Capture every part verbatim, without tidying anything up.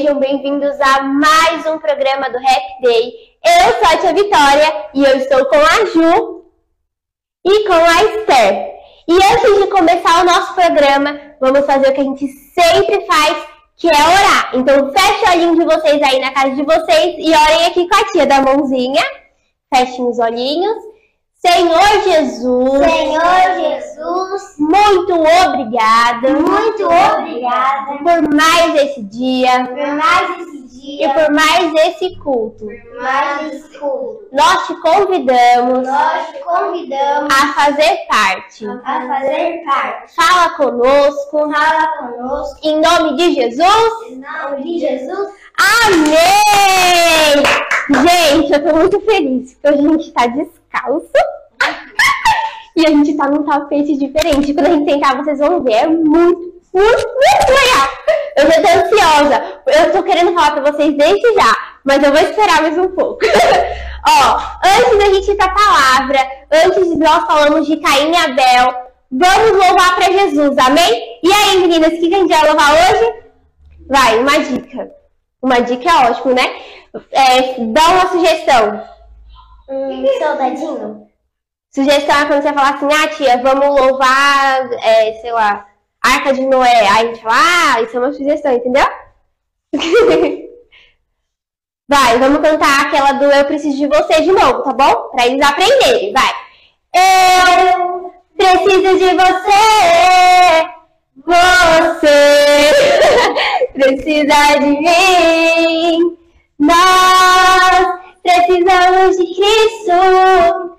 Sejam bem-vindos a mais um programa do Happy Day. Eu sou a Tia Vitória e eu estou com a Ju e com a Esther. E antes de começar o nosso programa, vamos fazer o que a gente sempre faz, que é orar. Então fecha o olhinho de vocês aí na casa de vocês e orem aqui com a tia da mãozinha. Fechem os olhinhos. Senhor Jesus, Senhor Jesus, muito obrigada, muito obrigada por mais esse dia, por mais esse dia e por mais esse culto. por mais esse culto. Nós te convidamos Nós te convidamos a fazer parte. a fazer parte. Fala conosco, Fala conosco, em nome de Jesus. em nome de Jesus. Amém! Gente, eu tô muito feliz, porque hoje a gente tá descalço e a gente tá num tapete diferente. Quando a gente sentar, vocês vão ver, é muito, muito, muito legal. Eu já tô ansiosa, eu tô querendo falar pra vocês desde já, mas eu vou esperar mais um pouco. Ó, antes da gente ir pra palavra, antes de nós falamos de Caim e Abel, vamos louvar pra Jesus, amém? E aí, meninas, o que a gente vai louvar hoje? Vai, uma dica. Uma dica é ótimo, né? É, dá uma sugestão. Um soldadinho. Sugestão é quando você fala assim, ah, tia, vamos louvar, é, sei lá, Arca de Noé. Aí a gente fala, ah, isso é uma sugestão, entendeu? Vai, vamos cantar aquela do Eu Preciso de Você de novo, tá bom? Pra eles aprenderem, vai. Eu preciso de você, você precisa de mim, nós precisamos de Cristo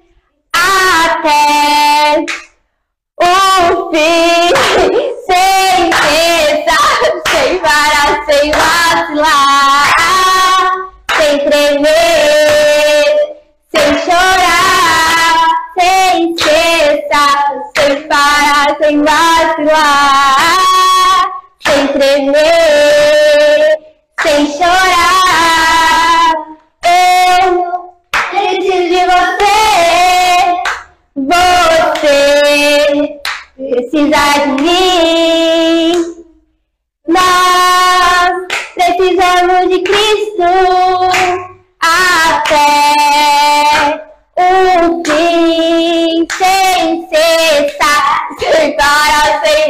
até o fim, sem cessar, sem parar, sem vacilar, sem tremer, sem chorar, sem cessar, sem parar, sem vacilar, sem tremer, sem chorar. Eu preciso de você, você precisa de mim, nós precisamos de Cristo até o fim, sem cessar, sem parar, sem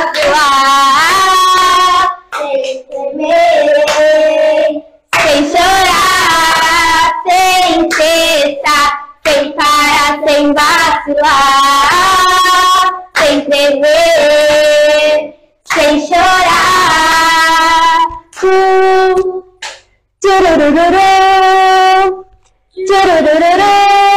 vacilar, Sem tremer, sem chorar, sem cessar, sem parar, sem vacilar, sem tremer, sem chorar. Tchu, tchurururu, tchurururu,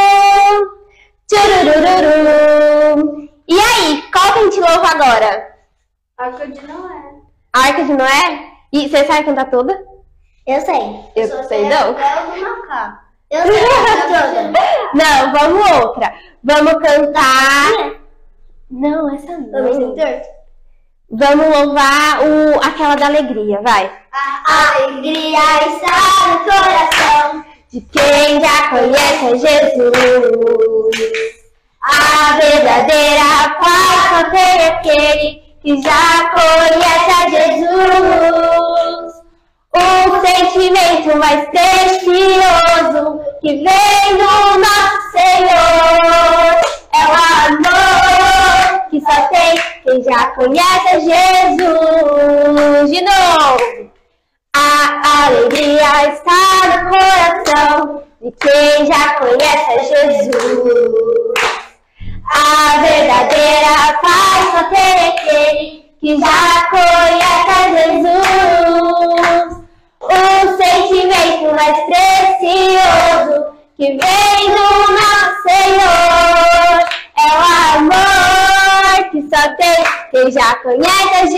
tchurururu. E aí, qual que a gente louva agora? Arca de Noé. Arca de Noé? E você sabe cantar toda? Eu sei. Eu Só sei não. até o do macaco. Eu sei cantar toda. Não, vamos outra. Vamos cantar. Não, essa não. Vamos louvar o, aquela da alegria, vai. A alegria está no coração De quem já conhece Jesus. A verdadeira paz só tem aquele que já conhece a Jesus. O sentimento mais precioso que vem do nosso Senhor é o amor que só tem quem já conhece a Jesus. De novo. A alegria está no coração de quem já conhece a Jesus. A verdadeira paz só tem aquele que já conhece a Jesus. O sentimento mais precioso que vem do nosso Senhor é o amor que só tem quem já conhece a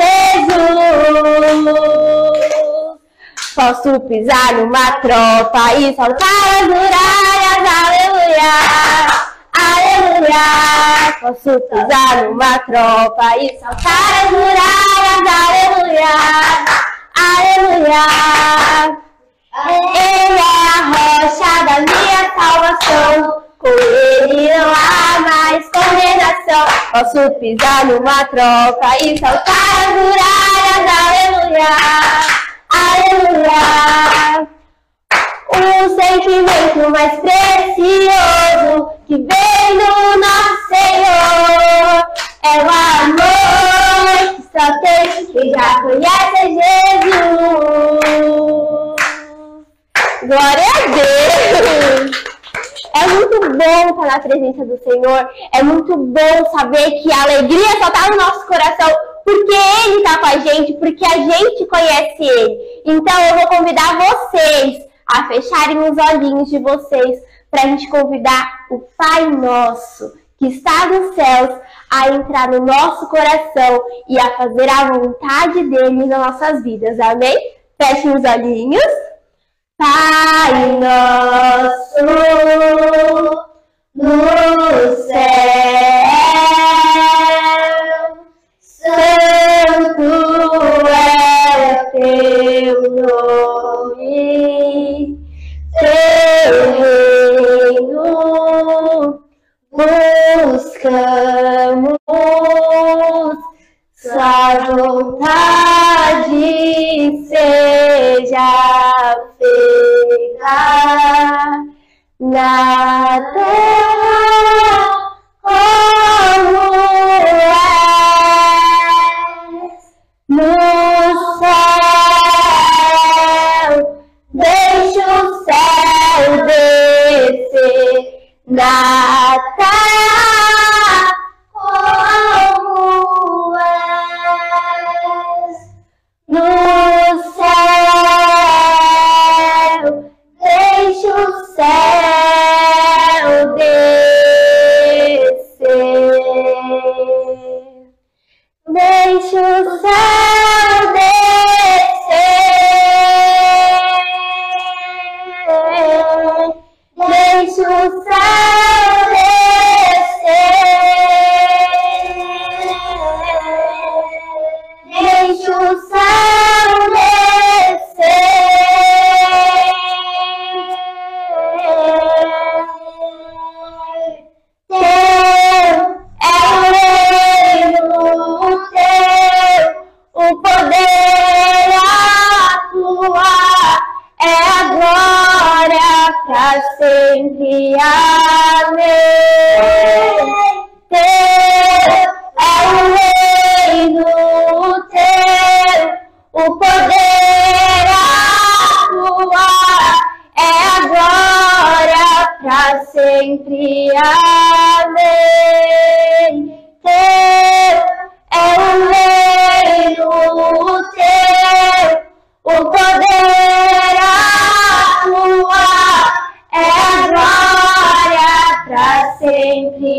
Jesus. Posso pisar numa tropa e saltar as muralhas, aleluia, aleluia. Posso pisar numa tropa e saltar as muralhas, aleluia, aleluia. Ele é a rocha da minha salvação, com ele não há mais condenação. Posso pisar numa tropa e saltar as muralhas, aleluia, aleluia. mais precioso que vem do nosso Senhor. É o amor que só tem quem já conhece Jesus. Glória a Deus! É muito bom estar na presença do Senhor. É muito bom saber que a alegria só está no nosso coração porque Ele está com a gente, porque a gente conhece Ele. Então eu vou convidar vocês a fecharem os olhinhos de vocês para a gente convidar o Pai Nosso, que está nos céus, a entrar no nosso coração e a fazer a vontade dele nas nossas vidas. Amém? Fechem os olhinhos. Pai Nosso no céu, santo é o teu nome, teu reino buscamos, sua vontade seja feita na terra como é no céu. Deixa o céu descer na terra como és no céu. Deixa o céu descer. Deixa o céu descer. Deixa o céu descer. Deixa o céu descer. Teu é o reino, teu o poder, atuar é a glória pra sempre. Amém. Teu é o reino, teu o poder, atuar é a glória pra sempre. Amém. Teu é o reino, teu o poder, atuar é a glória pra sempre.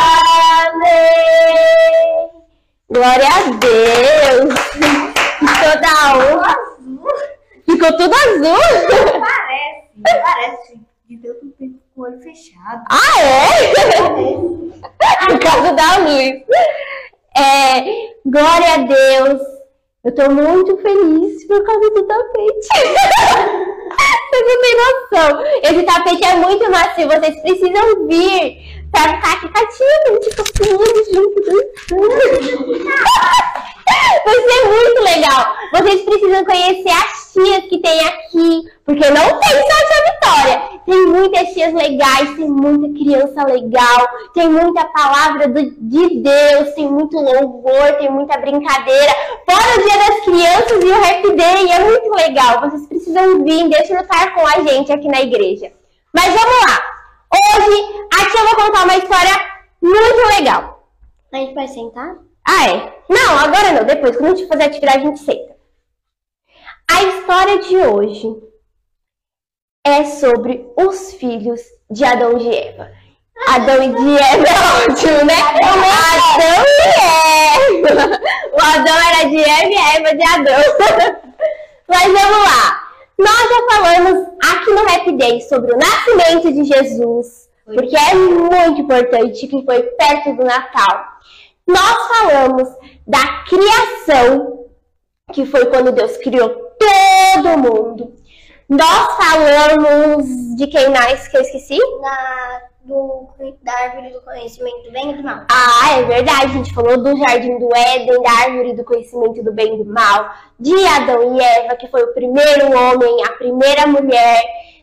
Amém. Glória a Deus. Ficou da honra. Ficou tudo azul. Parece, parece que deu com o olho fechado. Ah, é? Por causa da luz. É, glória a Deus. Eu tô muito feliz por causa do tapete. Vocês não têm noção. Esse tapete é muito macio. Vocês precisam vir pra ficar aqui quietinho, tipo, pulando junto, dançando. Vai ser muito legal. Vocês precisam conhecer as tias que tem aqui, porque não tem só a Tia Vitória. Tem muitas tias legais, tem muita criança legal, tem muita palavra do, de Deus, tem muito louvor, tem muita brincadeira. Fora o Dia das Crianças e o Happy Day, é muito legal. Vocês precisam vir, desfrutar com a gente aqui na igreja. Mas vamos lá. Hoje, a tia vai contar uma história muito legal. A gente vai sentar? Ah, é? Não, agora não. Depois, quando a gente fazer a atividade, a gente senta. A história de hoje é sobre os filhos de Adão e de Eva. Adão e de Eva é ótimo, né? Adão e Eva. O Adão era de Eva e a Eva de Adão. Mas vamos lá. Nós já falamos aqui no Happy Day sobre o nascimento de Jesus, porque é muito importante, que foi perto do Natal. Nós falamos da criação, que foi quando Deus criou todo mundo. Nós falamos de quem mais que eu esqueci? Da, do, da árvore do conhecimento do bem e do mal. Ah, é verdade. A gente falou do jardim do Éden, da árvore do conhecimento do bem e do mal, de Adão e Eva, que foi o primeiro homem, a primeira mulher,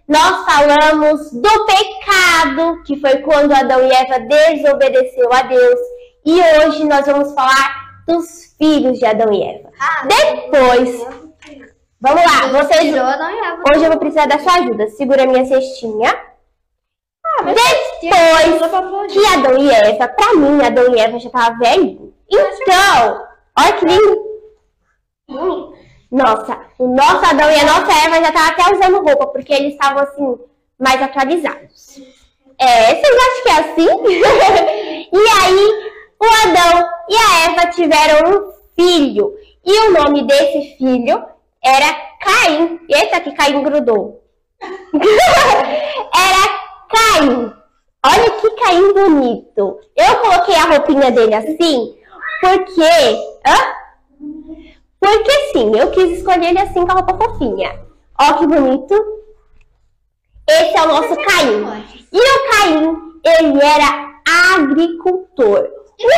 nós falamos do pecado, que foi quando Adão e Eva desobedeceu a Deus. E hoje nós vamos falar dos filhos de Adão e Eva. Ah, Depois, vamos lá, vocês... tirou Adão e Eva. Hoje eu vou precisar da sua ajuda. Segura a minha cestinha. Depois que Adão e Eva, pra mim, Adão e Eva já tava velho. Então, olha que lindo. Nossa, o nosso Adão e a nossa Eva já tava até usando roupa, porque eles estavam assim, mais atualizados. É, vocês acham que é assim? E aí, o Adão e a Eva tiveram um filho. E o nome desse filho era Caim. Eita, que Caim grudou. Era Caim. Olha que Caim bonito. Eu coloquei a roupinha dele assim, porque... Hã? Porque sim, eu quis escolher ele assim com a roupa fofinha. Ó que bonito. Esse é o nosso Caim. E o Caim, ele era agricultor.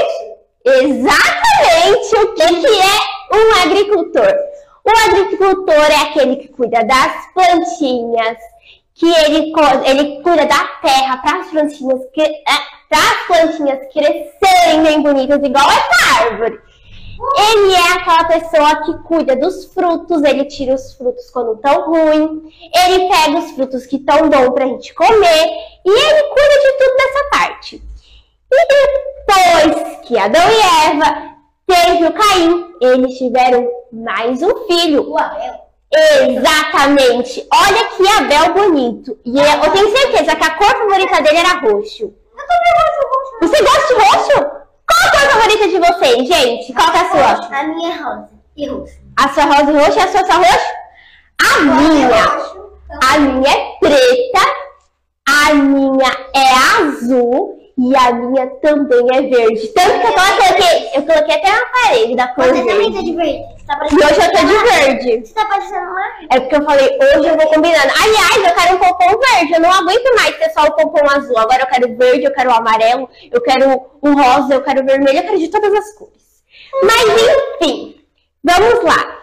Exatamente o que, que é um agricultor. O agricultor é aquele que cuida das plantinhas, que ele, ele cuida da terra para as plantinhas, para as plantinhas crescerem bem bonitas, igual essa árvore. Ele é aquela pessoa que cuida dos frutos, ele tira os frutos quando estão ruins, ele pega os frutos que estão bons para a gente comer, e ele cuida de tudo dessa parte. E depois que Adão e Eva teve o Caim, eles tiveram mais um filho. O Abel. Exatamente. Olha que Abel bonito. E eu tenho certeza que a cor favorita dele era roxo. Eu também gosto de roxo. Você gosta de roxo? Qual a cor favorita de vocês, gente? Qual que é a sua? A minha é rosa e roxo. A sua rosa e roxo e a sua só roxo? A minha. A minha é preta. A minha é azul. E a minha também é verde. Tanto que eu coloquei, eu coloquei até na parede da cor Você verde. também tá de verde. Tá E hoje eu tô de verde. Você tá parecendo uma... É porque eu falei, hoje eu vou combinando. Aliás, eu quero um pompom verde. Eu não aguento mais ter só o pompom azul. Agora eu quero verde, eu quero o amarelo, eu quero o rosa, eu quero o vermelho, eu quero de todas as cores. Mas enfim, vamos lá.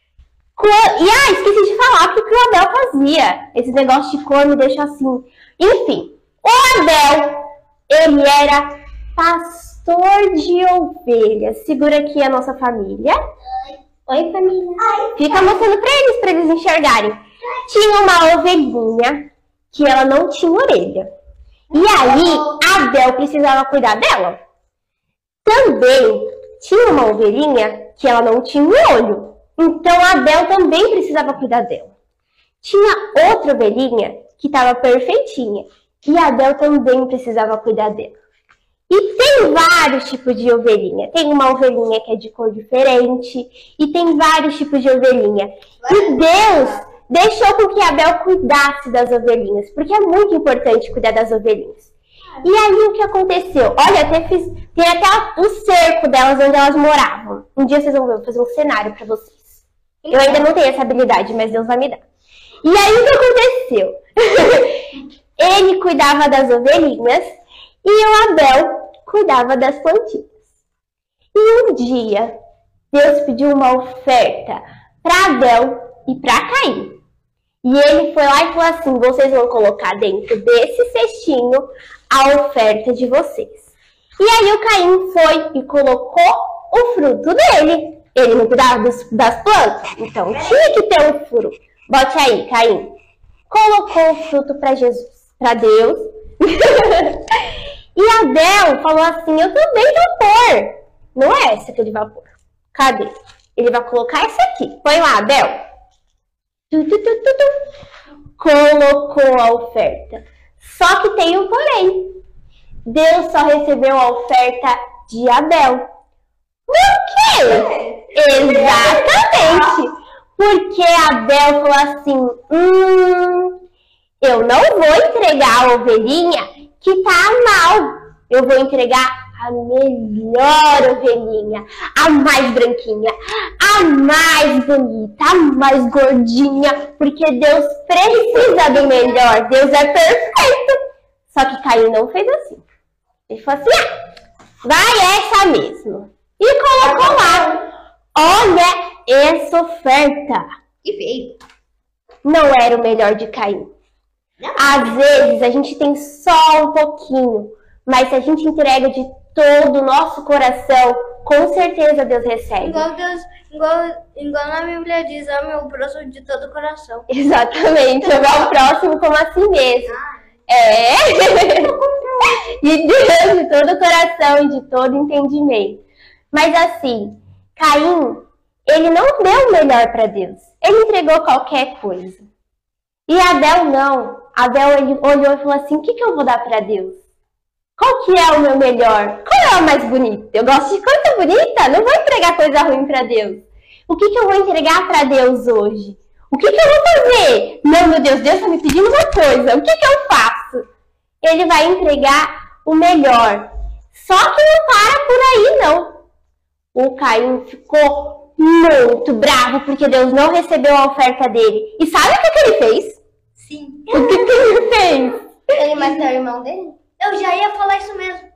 E ah, esqueci de falar porque o Abel fazia. Esse negócio de cor me deixa assim. Enfim, o Abel... ele era pastor de ovelhas. Segura aqui a nossa família. Oi, família. Oi. Fica mostrando pra eles, pra eles enxergarem. Tinha uma ovelhinha que ela não tinha orelha. E aí, Abel precisava cuidar dela. Também tinha uma ovelhinha que ela não tinha um olho. Então, Abel também precisava cuidar dela. Tinha outra ovelhinha que estava perfeitinha. E Abel também precisava cuidar dela. E tem vários tipos de ovelhinha. Tem uma ovelhinha que é de cor diferente. E tem vários tipos de ovelhinha. E Deus deixou com que Abel cuidasse das ovelhinhas. Porque é muito importante cuidar das ovelhinhas. E aí o que aconteceu? Olha, até fiz, tem até o cerco delas onde elas moravam. Um dia vocês vão ver, eu vou fazer um cenário para vocês. Eu ainda não tenho essa habilidade, mas Deus vai me dar. E aí o que aconteceu? Ele cuidava das ovelhinhas e o Abel cuidava das plantinhas. E um dia, Deus pediu uma oferta para Abel e para Caim. E ele foi lá e falou assim, vocês vão colocar dentro desse cestinho a oferta de vocês. E aí o Caim foi e colocou o fruto dele. Ele não cuidava dos, das plantas, então tinha que ter um fruto. Bote aí, Caim. Colocou o fruto para Jesus. Para Deus. E Abel falou assim, eu também vou pôr. Não é essa que ele vai pôr. Cadê? Ele vai colocar essa aqui. Põe lá, Abel. Tu, tu, tu, tu, tu. Colocou a oferta. Só que tem um porém. Deus só recebeu a oferta de Abel. Por quê? Exatamente. Porque Abel falou assim, hum... eu não vou entregar a ovelhinha que tá mal. Eu vou entregar a melhor ovelhinha, a mais branquinha, a mais bonita, a mais gordinha, porque Deus precisa do melhor. Deus é perfeito. Só que Caim não fez assim. Ele falou assim, ah, vai essa mesmo. E colocou lá, olha essa oferta. E veio. Não era o melhor de Caim. Às vezes a gente tem só um pouquinho, mas se a gente entrega de todo o nosso coração, com certeza Deus recebe. Igual, Deus, igual, igual na Bíblia diz, ame o próximo de todo o coração. Exatamente, amar o próximo como a si mesmo. É, de Deus, de todo o coração e de todo entendimento. Mas assim, Caim, ele não deu o melhor para Deus. Ele entregou qualquer coisa. E Abel não. Abel ele olhou e falou assim, o que, que eu vou dar para Deus? Qual que é o meu melhor? Qual é o mais bonito? Eu gosto de coisa bonita, não vou entregar coisa ruim para Deus. O que, que eu vou entregar para Deus hoje? O que, que eu vou fazer? Não, meu Deus, Deus está me pedindo uma coisa. O que, que eu faço? Ele vai entregar o melhor. Só que não para por aí, não. O Caim ficou muito bravo porque Deus não recebeu a oferta dele. E sabe o que, que ele fez? Sim. O que, que ele fez? Ele matou o irmão dele? Eu já ia falar isso mesmo.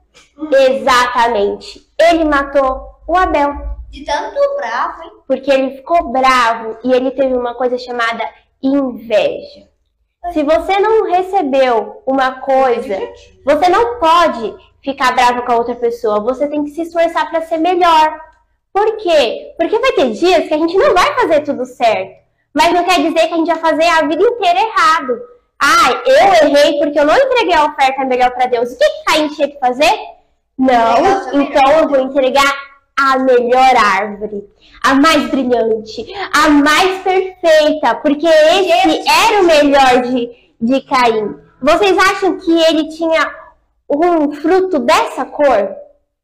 Exatamente. Ele matou o Abel. De tanto bravo, hein? Porque ele ficou bravo e ele teve uma coisa chamada inveja. Se você não recebeu uma coisa, você não pode ficar bravo com a outra pessoa. Você tem que se esforçar para ser melhor. Por quê? Porque vai ter dias que a gente não vai fazer tudo certo. Mas não quer dizer que a gente vai fazer a vida inteira errado. Ah, eu errei porque eu não entreguei a oferta melhor para Deus. O que que Caim tinha que fazer? Não, então eu vou entregar a melhor árvore, a mais brilhante, a mais perfeita, porque esse era o melhor de, de Caim. Vocês acham que ele tinha um fruto dessa cor?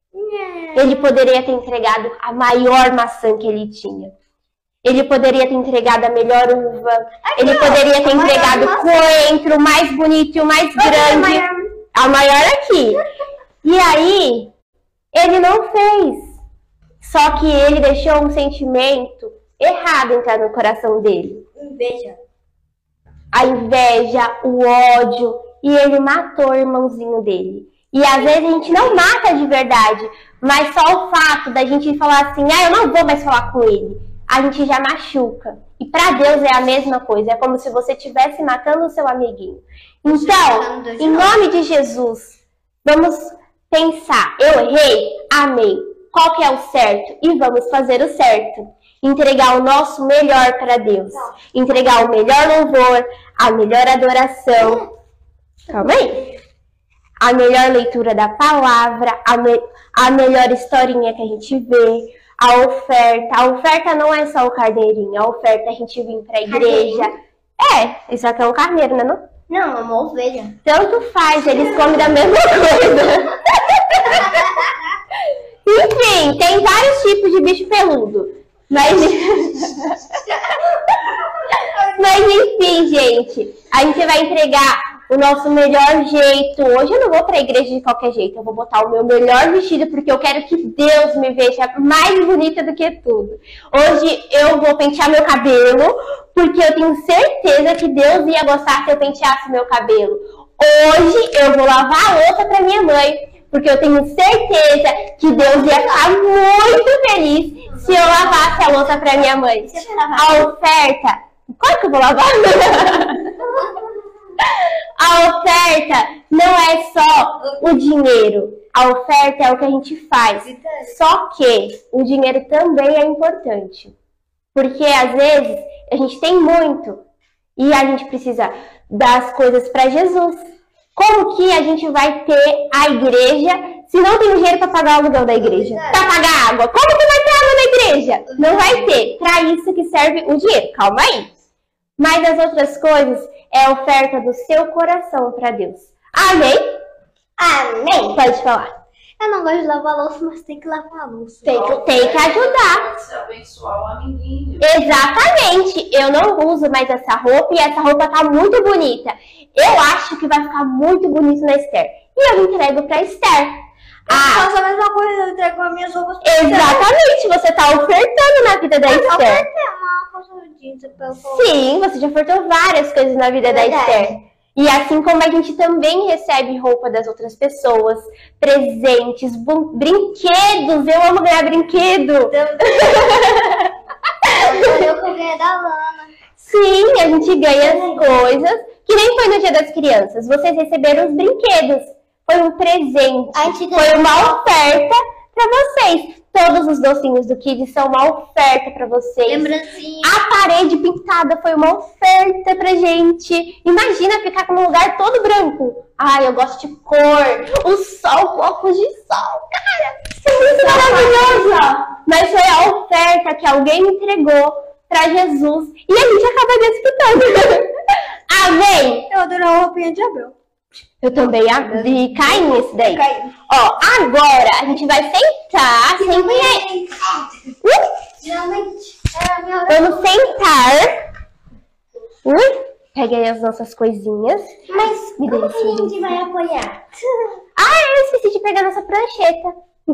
Ele poderia ter entregado a maior maçã que ele tinha. Ele poderia ter entregado a melhor uva. Ele poderia ter entregado o coentro, o mais bonito e o mais grande. A maior aqui. E aí, ele não fez. Só que ele deixou um sentimento errado entrar no coração dele. Inveja. A inveja, o ódio. E ele matou o irmãozinho dele. E às vezes a gente não mata de verdade. Mas só o fato da gente falar assim, ah, eu não vou mais falar com ele. A gente já machuca. E para Deus é a mesma coisa. É como se você estivesse matando o seu amiguinho. Então, em nome de Jesus, vamos pensar. Eu errei? Amém. Qual que é o certo? E vamos fazer o certo. Entregar o nosso melhor para Deus. Entregar o melhor louvor, a melhor adoração. Calma aí. A melhor leitura da palavra, a, me a melhor historinha que a gente vê, a oferta. A oferta não é só o carneirinho, a oferta é a gente vir para a igreja. É, isso aqui é um carneiro, né? Não? Não, é uma ovelha. Tanto faz, eles comem da mesma coisa. Enfim, tem vários tipos de bicho peludo. Mas... Mas enfim, gente, a gente vai entregar o nosso melhor jeito. Hoje eu não vou pra igreja de qualquer jeito. Eu vou botar o meu melhor vestido porque eu quero que Deus me veja mais bonita do que tudo. Hoje eu vou pentear meu cabelo porque eu tenho certeza que Deus ia gostar se eu penteasse meu cabelo. Hoje eu vou lavar a louça pra minha mãe porque eu tenho certeza que Deus ia ficar muito feliz se eu lavasse a louça pra minha mãe. A oferta... Qual que eu vou lavar? A oferta não é só o dinheiro. A oferta é o que a gente faz. Só que o dinheiro também é importante. Porque às vezes a gente tem muito e a gente precisa dar as coisas para Jesus. Como que a gente vai ter a igreja se não tem dinheiro para pagar o aluguel da igreja? Para pagar água? Como que vai ter água na igreja? Não vai ter. Para isso que serve o dinheiro. Calma aí. Mas as outras coisas é a oferta do seu coração para Deus. Amém? Amém. Pode falar. Eu não gosto de lavar a louça, mas tem que lavar a louça. Tem que, tem que ajudar. Se abençoar o amiguinho. Exatamente. Eu não uso mais essa roupa e essa roupa tá muito bonita. Eu acho que vai ficar muito bonito na Esther. E eu entrego pra Esther. Eu ah, faço a mesma coisa, eu entrego as minhas roupas pra exatamente. Você tá ofertando na vida da Esther. Eu ofertei uma calça jeans pra eu colocar. Sim, você já ofertou várias coisas na vida da Esther. E assim como a gente também recebe roupa das outras pessoas, presentes, brinquedos. Eu amo ganhar brinquedo. Eu que ganhei da Lana. Sim, a gente ganha as coisas Que nem foi no Dia das Crianças. Vocês receberam os brinquedos. Foi um presente. Foi uma oferta pra vocês. Todos os docinhos do Kids são uma oferta pra vocês. Lembrancinha. A parede pintada foi uma oferta pra gente. Imagina ficar com um lugar todo branco. Ai, eu gosto de cor. O sol com óculos de sol. Cara, isso é muito maravilhoso. Mas foi a oferta que alguém entregou pra Jesus. E a gente acaba desfrutando. Amém? Eu adoro a roupinha de Abel. Eu também vi Caim esse daí. Caim. Ó, agora a gente vai sentar. Sempre... Geralmente é a minha hora. Vamos sentar. Ui, peguei as nossas coisinhas. Mas Me como dê que a esse. gente vai apoiar? Ah, eu esqueci de pegar nossa prancheta.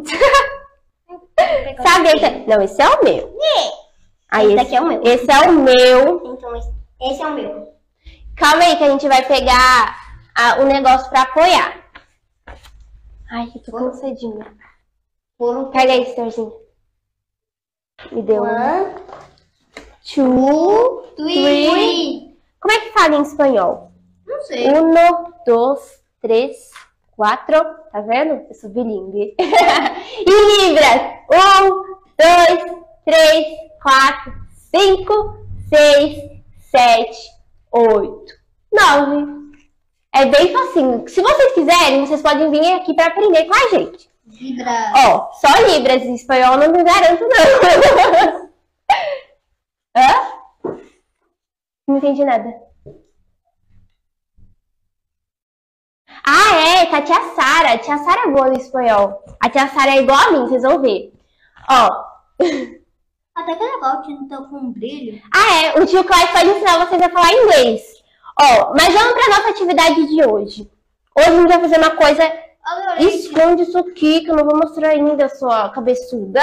Sabe? Esse... Não, esse é o meu. Aí, Esse esse daqui é o meu. Esse é o meu. Então, esse é o meu. Calma aí que a gente vai pegar a, o negócio pra apoiar. Ai, eu tô cansadinha. Pega aí, senhorzinho. Me deu um. One, Two, three. three. Como é que fala em espanhol? Não sei. Uno, dois, três, quatro. Tá vendo? Eu sou bilíngue. E Libras. Um, dois, três, quatro, cinco, seis, sete, oito, nove. É bem facinho. Se vocês quiserem, vocês podem vir aqui para aprender com a gente. Libra. Ó, só Libras. Em espanhol não me garanto, não. Hã? Não entendi nada. Ah, é, tá a tia Sara. A tia Sara é boa no espanhol. A tia Sara é igual a mim, vocês vão ver. Ó. Até que legal que não tá com um brilho. Ah, é. O tio Cláudio pode ensinar vocês a falar inglês. Ó, mas vamos pra nossa atividade de hoje. Hoje a gente vai fazer uma coisa... Adorei. Esconde isso aqui, que eu não vou mostrar ainda, sua cabeçuda.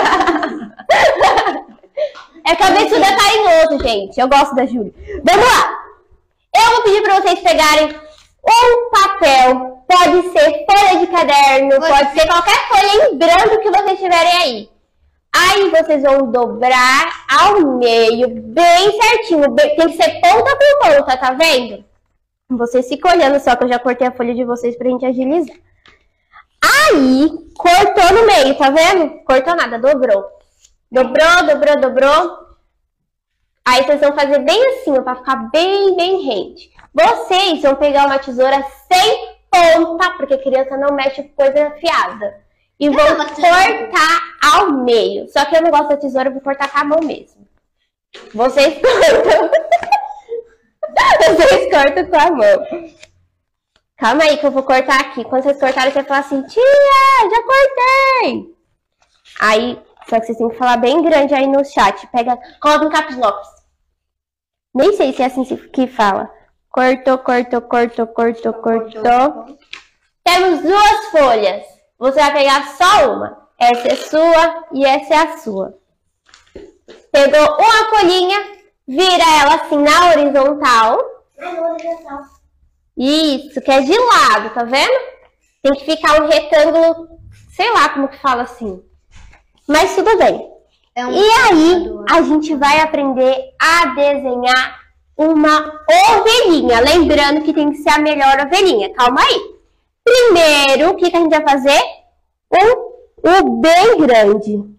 É cabeçuda carinhoso, gente. Eu gosto da Júlia. Vamos lá. Eu vou pedir pra vocês pegarem um papel. Pode ser folha de caderno, pode, pode ser qualquer folha em branco que vocês tiverem aí. Aí vocês vão dobrar ao meio, bem certinho. Bem, tem que ser ponta por ponta, tá vendo? Vocês ficam olhando só que eu já cortei a folha de vocês pra gente agilizar. Aí, cortou no meio, tá vendo? Cortou nada, dobrou. Dobrou, dobrou, dobrou. Aí vocês vão fazer bem assim, ó, pra ficar bem, bem rente. Vocês vão pegar uma tesoura sem ponta, porque criança não mexe com coisa afiada. E vão cortar ao meio. Só que eu não gosto da tesoura, eu vou cortar com a mão mesmo. Vocês cortam. Vocês cortam com a mão. Calma aí que eu vou cortar aqui. Quando vocês cortarem, você fala assim, tia, já cortei. Aí, só que vocês têm que falar bem grande aí no chat. Pega, coloca em caps lock. Nem sei se é assim que fala. Cortou, cortou, cortou, cortou, cortou. Temos duas folhas. Você vai pegar só uma. Essa é sua e essa é a sua. Pegou uma folhinha, vira ela assim na horizontal. Isso, que é de lado, tá vendo? Tem que ficar um retângulo, sei lá como que fala assim. Mas tudo bem. É um e aí, a gente vai aprender a desenhar uma ovelhinha. Lembrando que tem que ser a melhor ovelhinha. Calma aí. Primeiro, o que, que a gente vai fazer? Um, um bem grande.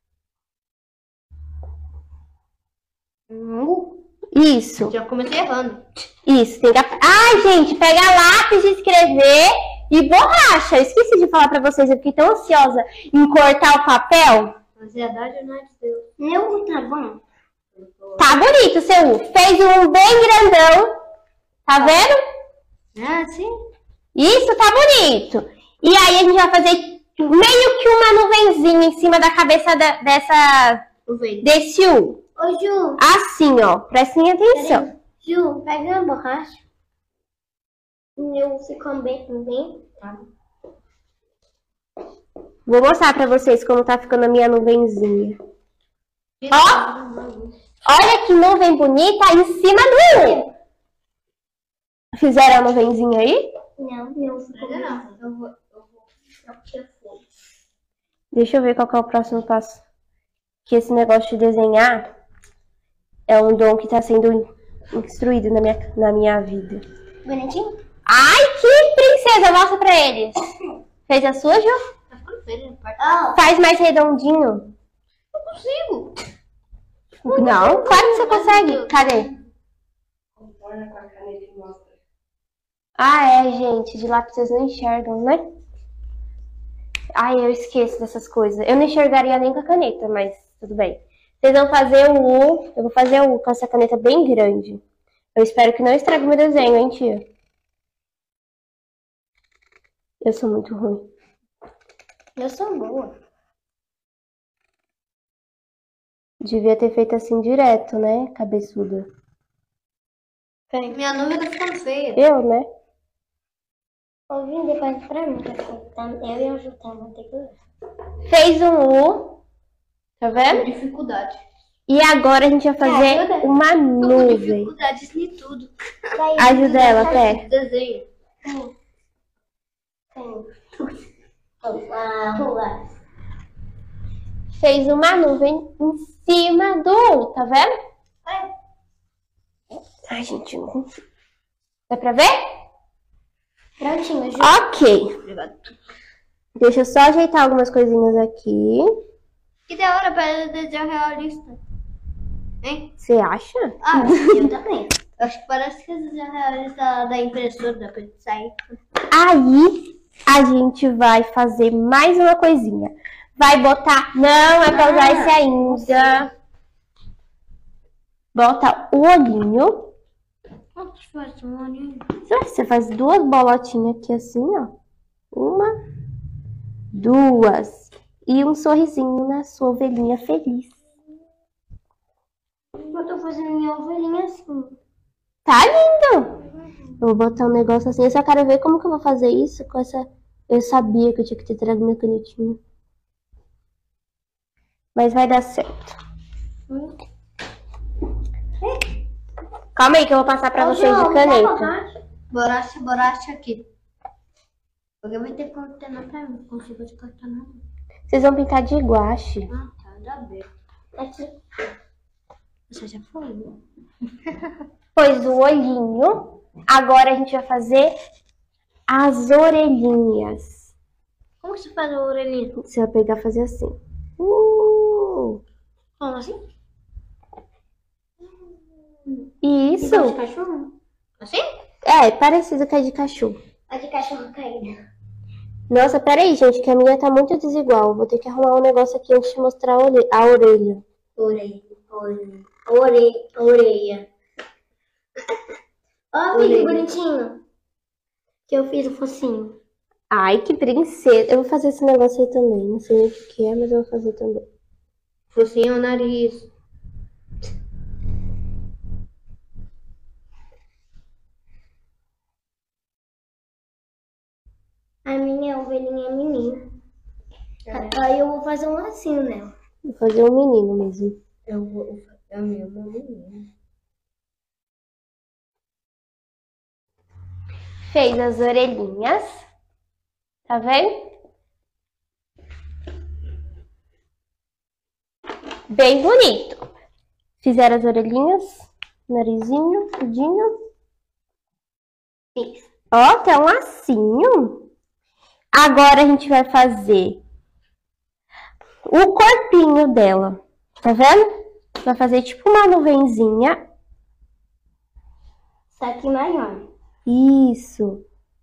Isso. Já comecei errando. Isso. Tem que... Ah, gente, pega lápis de escrever e borracha. Eu esqueci de falar pra vocês. Eu fiquei tão ansiosa em cortar o papel. Ansiedade não é de Deus. Meu, tá bom. Tá bonito, seu U. Fez um bem grandão. Tá vendo? Ah, sim. Isso, tá bonito. E aí a gente vai fazer meio que uma nuvenzinha em cima da cabeça da, dessa, desse U. Ô, Ju. Assim, ó. Prestem atenção. Ju, pega a borracha. Eu fico bem também. Tá. Vou mostrar pra vocês como tá ficando a minha nuvenzinha. Ó! Olha que nuvem bonita em cima do U. Fizeram a nuvenzinha aí? Não, não. Ainda não. Eu vou... Eu vou... Deixa eu ver qual que é o próximo passo. Que esse negócio de desenhar é um dom que tá sendo instruído na minha, na minha vida. Bonitinho? Ai, que princesa! Mostra pra eles. Fez a sua, Ju? Tá ficando feio, né? Ah, Faz mais redondinho. eu consigo. Não, claro que você consegue. Cadê? Contorna com a caneta e mostra. Ah, é, gente. De lápis vocês não enxergam, né? Ai, eu esqueço dessas coisas. Eu não enxergaria nem com a caneta, mas tudo bem. Vocês vão fazer o U. Eu vou fazer o U com essa caneta bem grande. Eu espero que não estrague meu desenho, hein, tia? Eu sou muito ruim. Eu sou boa. Devia ter feito assim direto, né, cabeçuda? Minha nuvem tá ficando feia. Eu, né? Ouvindo depois pra mim, tá? Eu e a Ju vamos ter que ler. Fez um U. Tá vendo? Dificuldade. E agora a gente vai fazer ajuda? uma Com nuvem. dificuldades em tudo. Ajuda ela, Pé. Desenho. Sim. Sim. A rua. Fez uma nuvem em cima do U, tá vendo? É. Ai, gente, não consigo. Dá pra ver? Prontinho, Ju. Ok. Obrigado. Deixa eu só ajeitar algumas coisinhas aqui. Que da hora para desenho realista. Hein? Você acha? Ah, eu também. Eu acho que parece que os desenhos realistas da impressora da Petsai. Aí a gente vai fazer mais uma coisinha. Vai botar... Não, é pra usar esse ainda. Bota o olhinho. Quantos faz um olhinho? Você faz duas bolotinhas aqui assim, ó. Uma, duas. E um sorrisinho na sua ovelhinha feliz. Eu tô fazendo minha ovelhinha assim. Tá lindo! Eu vou botar um negócio assim. Eu só quero ver como que eu vou fazer isso com essa... Eu sabia que eu tinha que ter trago minha canetinha. Mas vai dar certo. Hum. Calma aí que eu vou passar pra Ô, vocês João, de caneta. Borracha, borracha aqui. Alguém vai ter que cortar na pra mim. Não consigo te cortar não. Vocês vão pintar de guache. Ah, tá. Dá bem. Aqui. Você já foi, né? Pois o olhinho. Agora a gente vai fazer as orelhinhas. Como que você faz a orelhinha? Você vai pegar e fazer assim. Uh! Como assim? Isso. Igual de cachorro? Assim? É, parecido com a de cachorro. A de cachorro caída. Nossa, peraí, gente, que a minha tá muito desigual. Vou ter que arrumar um negócio aqui antes de mostrar a orelha. A orelha. Orelha. Orelha. Orelha. Orelha. Ó, filho bonitinho. Que eu fiz o focinho. Ai, que princesa. Eu vou fazer esse negócio aí também. Não sei o que que é, mas eu vou fazer também. Focinho o nariz. A minha ovelhinha é menina. É. Aí eu vou fazer um lacinho nela. Vou fazer um menino mesmo. Eu vou fazer a minha uma menina. Fez as orelhinhas. Tá vendo? Bem bonito. Fizeram as orelhinhas, narizinho, tudinho. Isso. Ó, tem um lacinho. Agora a gente vai fazer o corpinho dela. Tá vendo? Vai fazer tipo uma nuvenzinha. Só que maior. Isso.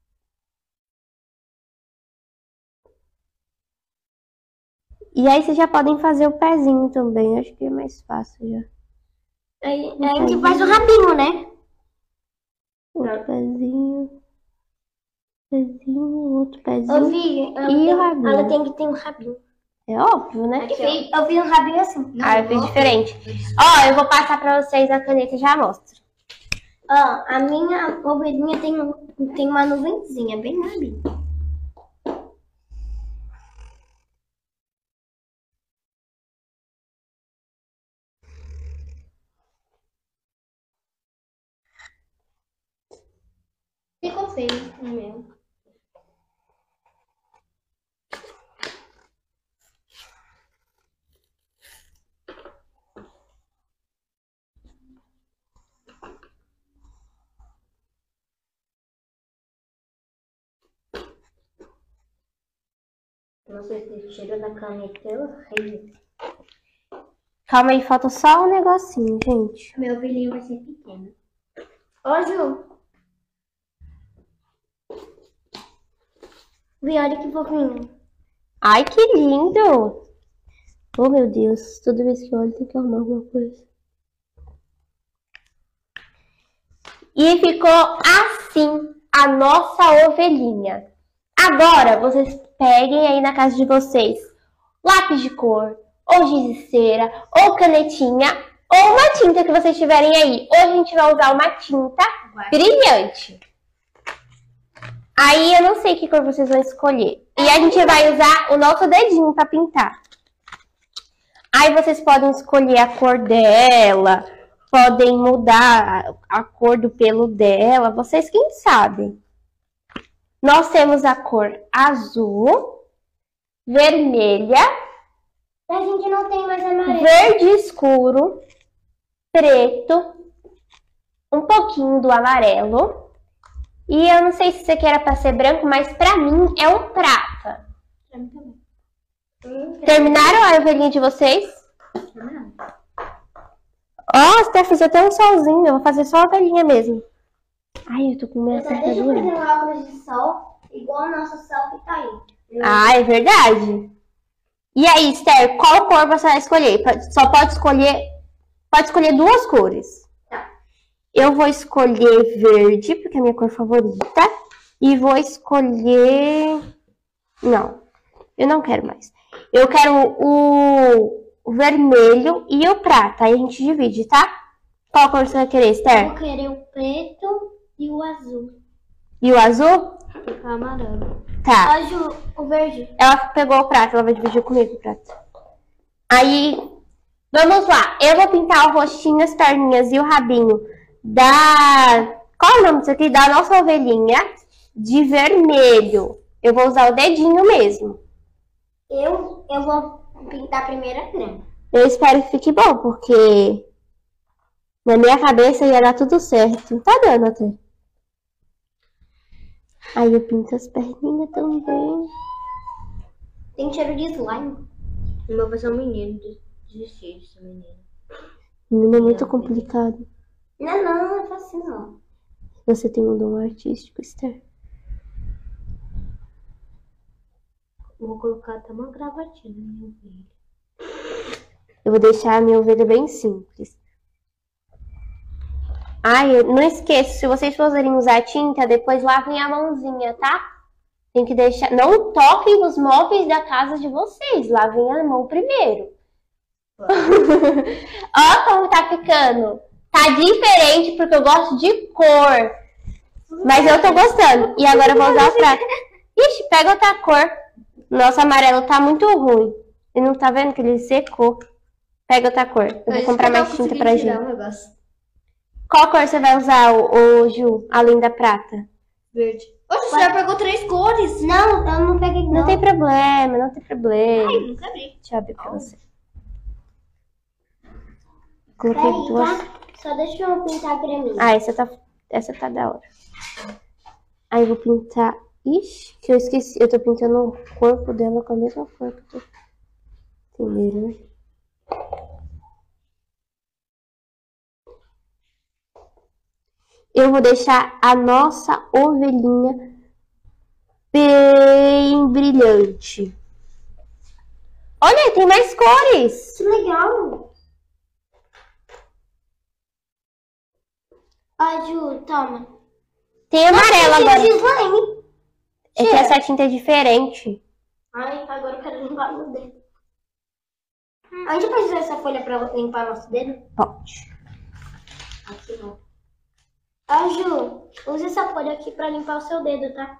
E aí vocês já podem fazer o pezinho também. Acho que é mais fácil já. Aí, aí a gente faz o rabinho, né? Outro pezinho. Pezinho, outro Eu pezinho. vi. Eu, E o eu, rabinho? ela tem que ter um rabinho. É óbvio, né? Eu fiz, eu fiz um rabinho assim. Ah, eu fiz diferente. Ó, eu vou passar pra vocês a caneta e já mostro. Ó, a minha ovelhinha tem, um- tem uma nuvenzinha bem rabinho. Ficou feio o meu. Nossa, esse cheiro da caneta é horrível. Calma aí, falta só um negocinho, gente. Meu filhinho vai ser pequeno. Ô, Ju. Vi, olha que fofinho. Ai, que lindo! Oh, meu Deus. Toda vez que eu olho, tem que arrumar alguma coisa. E ficou assim a nossa ovelhinha. Agora, vocês peguem aí na casa de vocês lápis de cor, ou giz de cera, ou canetinha, ou uma tinta que vocês tiverem aí. Hoje a gente vai usar uma tinta brilhante. Aí eu não sei que cor vocês vão escolher. E a gente vai usar o nosso dedinho para pintar. Aí vocês podem escolher a cor dela, podem mudar a cor do pelo dela, vocês quem sabem. Nós temos a cor azul, vermelha, A gente não tem mais amarelo. verde escuro, preto, um pouquinho do amarelo. E eu não sei se isso aqui era para ser branco, mas para mim é um prata. Pra mim também. Terminaram a ovelhinha de vocês? Não. Ó, oh, Steph, fiz até um solzinho. Eu vou fazer só a ovelhinha mesmo. Ai, eu tô com minha Deixa eu fazer cercadura. um óculos de sol, igual o nosso sol que tá aí. Ah, é verdade. E aí, Esther, qual cor você vai escolher? Só pode escolher, pode escolher duas cores. Tá. Eu vou escolher verde, porque é a minha cor favorita. E vou escolher... Não, eu não quero mais. Eu quero o, o vermelho e o prata. Aí a gente divide, tá? Qual cor você vai querer, Eu Esther? vou querer o preto e o azul. E o azul? E o amarelo. Tá. Ó, Ju, o verde. Ela pegou o prato, ela vai dividir comigo o prato. Aí, vamos lá. Eu vou pintar o rostinho, as perninhas e o rabinho da... Qual é o nome disso aqui? Da nossa ovelhinha de vermelho. Eu vou usar o dedinho mesmo. Eu, eu vou pintar primeiro a branca. Eu espero que fique bom, porque na minha cabeça ia dar tudo certo. Tá dando até. Aí eu pinto as perninhas também. Tem cheiro de slime. O meu vai ser um menino. Desistir de ser menino. Menino é muito complicado. Não, não, não é fácil não. Você tem um dom artístico, Esther. Eu vou colocar até uma gravatinha na minha ovelha. Eu vou deixar a minha ovelha bem simples. Ai, não esqueça, se vocês forem usar tinta, depois lavem a mãozinha, tá? Tem que deixar... Não toquem nos móveis da casa de vocês. Lavem a mão primeiro. Ó como tá ficando. Tá diferente porque eu gosto de cor. Mas eu tô gostando. E agora eu vou usar o prato. Ixi, pega outra cor. Nosso amarelo tá muito ruim. E não tá vendo que ele secou. Pega outra cor. Eu vou comprar mais tinta pra gente. Qual cor você vai usar, o, o Ju, além da prata? Verde. Oxe, você já pegou três cores? Não, eu não peguei não. Não tem problema, não tem problema. Ai, nunca vi. Deixa eu abrir pra você. Coloquei Peraí, duas. tá? Só deixa eu pintar pra mim. Ah, essa tá, essa tá da hora. Aí eu vou pintar... Ixi, que eu esqueci. Eu tô pintando o corpo dela com a mesma cor que eu tô... Entenderam, né? Eu vou deixar a nossa ovelhinha bem brilhante. Olha, tem mais cores. Que legal. Ó, Ju, toma. Tem amarelo agora. De slime. É que essa tinta é diferente. Ai, agora eu quero limpar meu dedo. A gente pode usar essa folha pra limpar nosso dedo? Pode. Aqui não. Ó, Ju, use essa folha aqui pra limpar o seu dedo, tá?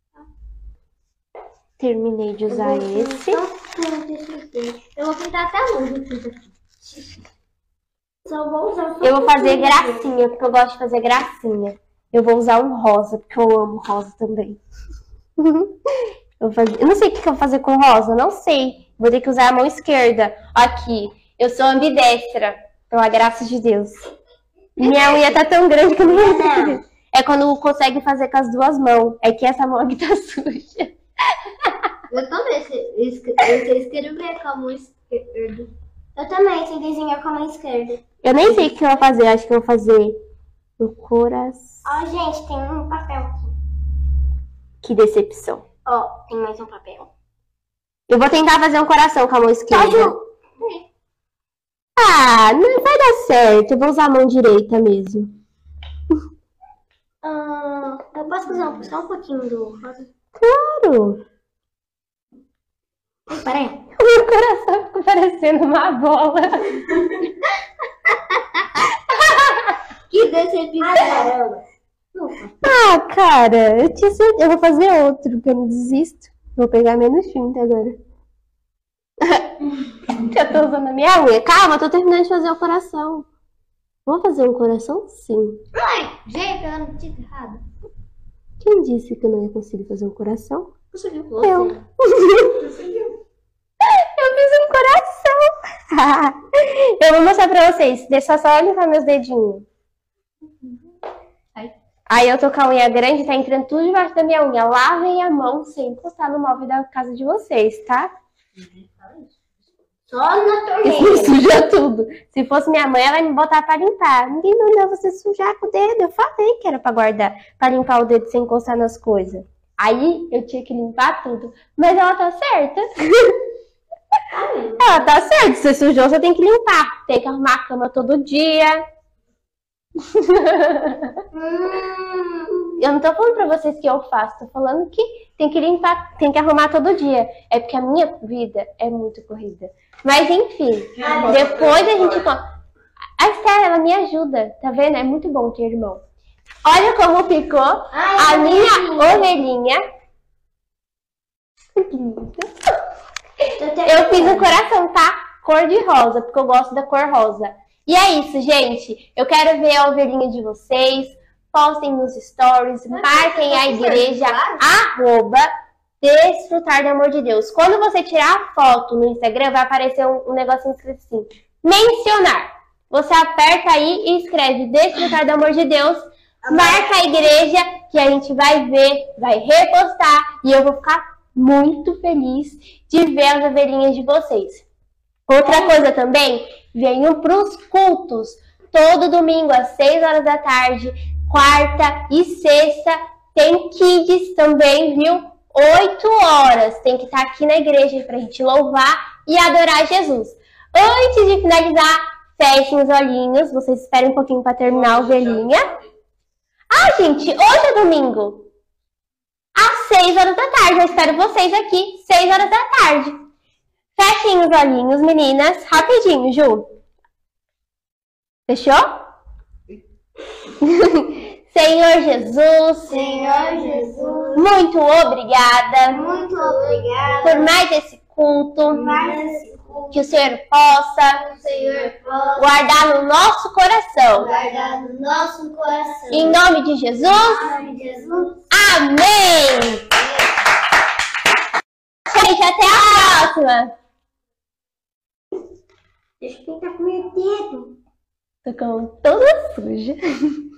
Terminei de usar esse. Eu vou pintar até a luz aqui. Só vou usar só Eu vou um fazer pouquinho. gracinha, porque eu gosto de fazer gracinha. Eu vou usar um rosa, porque eu amo rosa também. eu, vou fazer... eu não sei o que eu vou fazer com rosa, não sei. Vou ter que usar a mão esquerda. Aqui, eu sou ambidestra, pela graça de Deus. Minha unha tá tão grande que eu não Não. É quando consegue fazer com as duas mãos. É que essa mão aqui tá suja. Eu também sei escre- eu sei escrever com a mão esquerda. Eu também sei desenhar com a mão esquerda. Eu nem sei o que eu vou fazer. Acho que eu vou fazer um coração. Ó, gente, tem um papel aqui. Que decepção. Ó, tem mais um papel. Eu vou tentar fazer um coração com a mão esquerda. Ju. Ah, não vai dar certo. Eu vou usar a mão direita mesmo. Ah, eu posso fazer um, só um pouquinho do rosa? Claro. Peraí. O meu coração ficou parecendo uma bola. Que decepção. Caramba. Ah, cara, eu, tinha certeza- eu vou fazer outro, porque eu não desisto. Vou pegar menos tinta agora. Já tô usando a minha unha. Calma, eu tô terminando de fazer o coração. Vou fazer um coração? Sim. Ai, gente, eu não tinha errado. Quem disse que eu não ia conseguir fazer um coração? Conseguiu. Eu. Eu fiz um coração. Eu vou mostrar pra vocês. Deixa só limpar meus dedinhos. Ai. Aí eu tô com a unha grande, tá entrando tudo debaixo da minha unha. Lavem a mão sem encostar no móvel da casa de vocês, tá? Só na Isso torneira. suja tudo. Se fosse minha mãe, ela ia me botar pra limpar. Ninguém mandou você sujar com o dedo. Eu falei que era pra guardar, pra limpar o dedo sem encostar nas coisas. Aí eu tinha que limpar tudo. Mas ela tá certa. Ela tá certa. Se você sujou, você tem que limpar. Tem que arrumar a cama todo dia. Hum, Eu não tô falando pra vocês que eu faço. Tô falando que tem que limpar, tem que arrumar todo dia. É porque a minha vida é muito corrida. Mas enfim, depois a gente... A Esther, ela me ajuda. Tá vendo? É muito bom ter irmão. Olha como ficou Ai, a minha ovelhinha. ovelhinha. Que linda. tô terminando. Eu fiz um coração, tá? Cor de rosa, porque eu gosto da cor rosa. E é isso, gente. Eu quero ver a ovelhinha de vocês. Postem nos stories, marquem a igreja, arroba Desfrutar do Amor de Deus. Quando você tirar a foto no Instagram, vai aparecer um, um negocinho escrito assim, mencionar. Você aperta aí e escreve Desfrutar do Amor de Deus. Marca a igreja que a gente vai ver, vai repostar. E eu vou ficar muito feliz de ver as ovelhinhas de vocês. Outra coisa também, venham para os cultos. Todo domingo às seis horas da tarde, quarta e sexta, tem kids também, viu? oito horas. Tem que estar aqui na igreja para a gente louvar e adorar Jesus. Antes de finalizar, fechem os olhinhos. Vocês esperem um pouquinho para terminar a ovelhinha. Ah, gente, hoje é domingo. Às seis horas da tarde. Eu espero vocês aqui, seis horas da tarde. Fechem os olhinhos, meninas. Rapidinho, Ju. Fechou? Senhor Jesus, Senhor Jesus, muito obrigada muito obrigada por mais esse culto. por mais esse culto Que o Senhor possa que o Senhor possa guardar no nosso coração. guardar no nosso coração. Em nome de Jesus, Em nome de Jesus. amém! Gente, até a próxima! Deixa eu pintar com meu dedo. Tô com toda suja.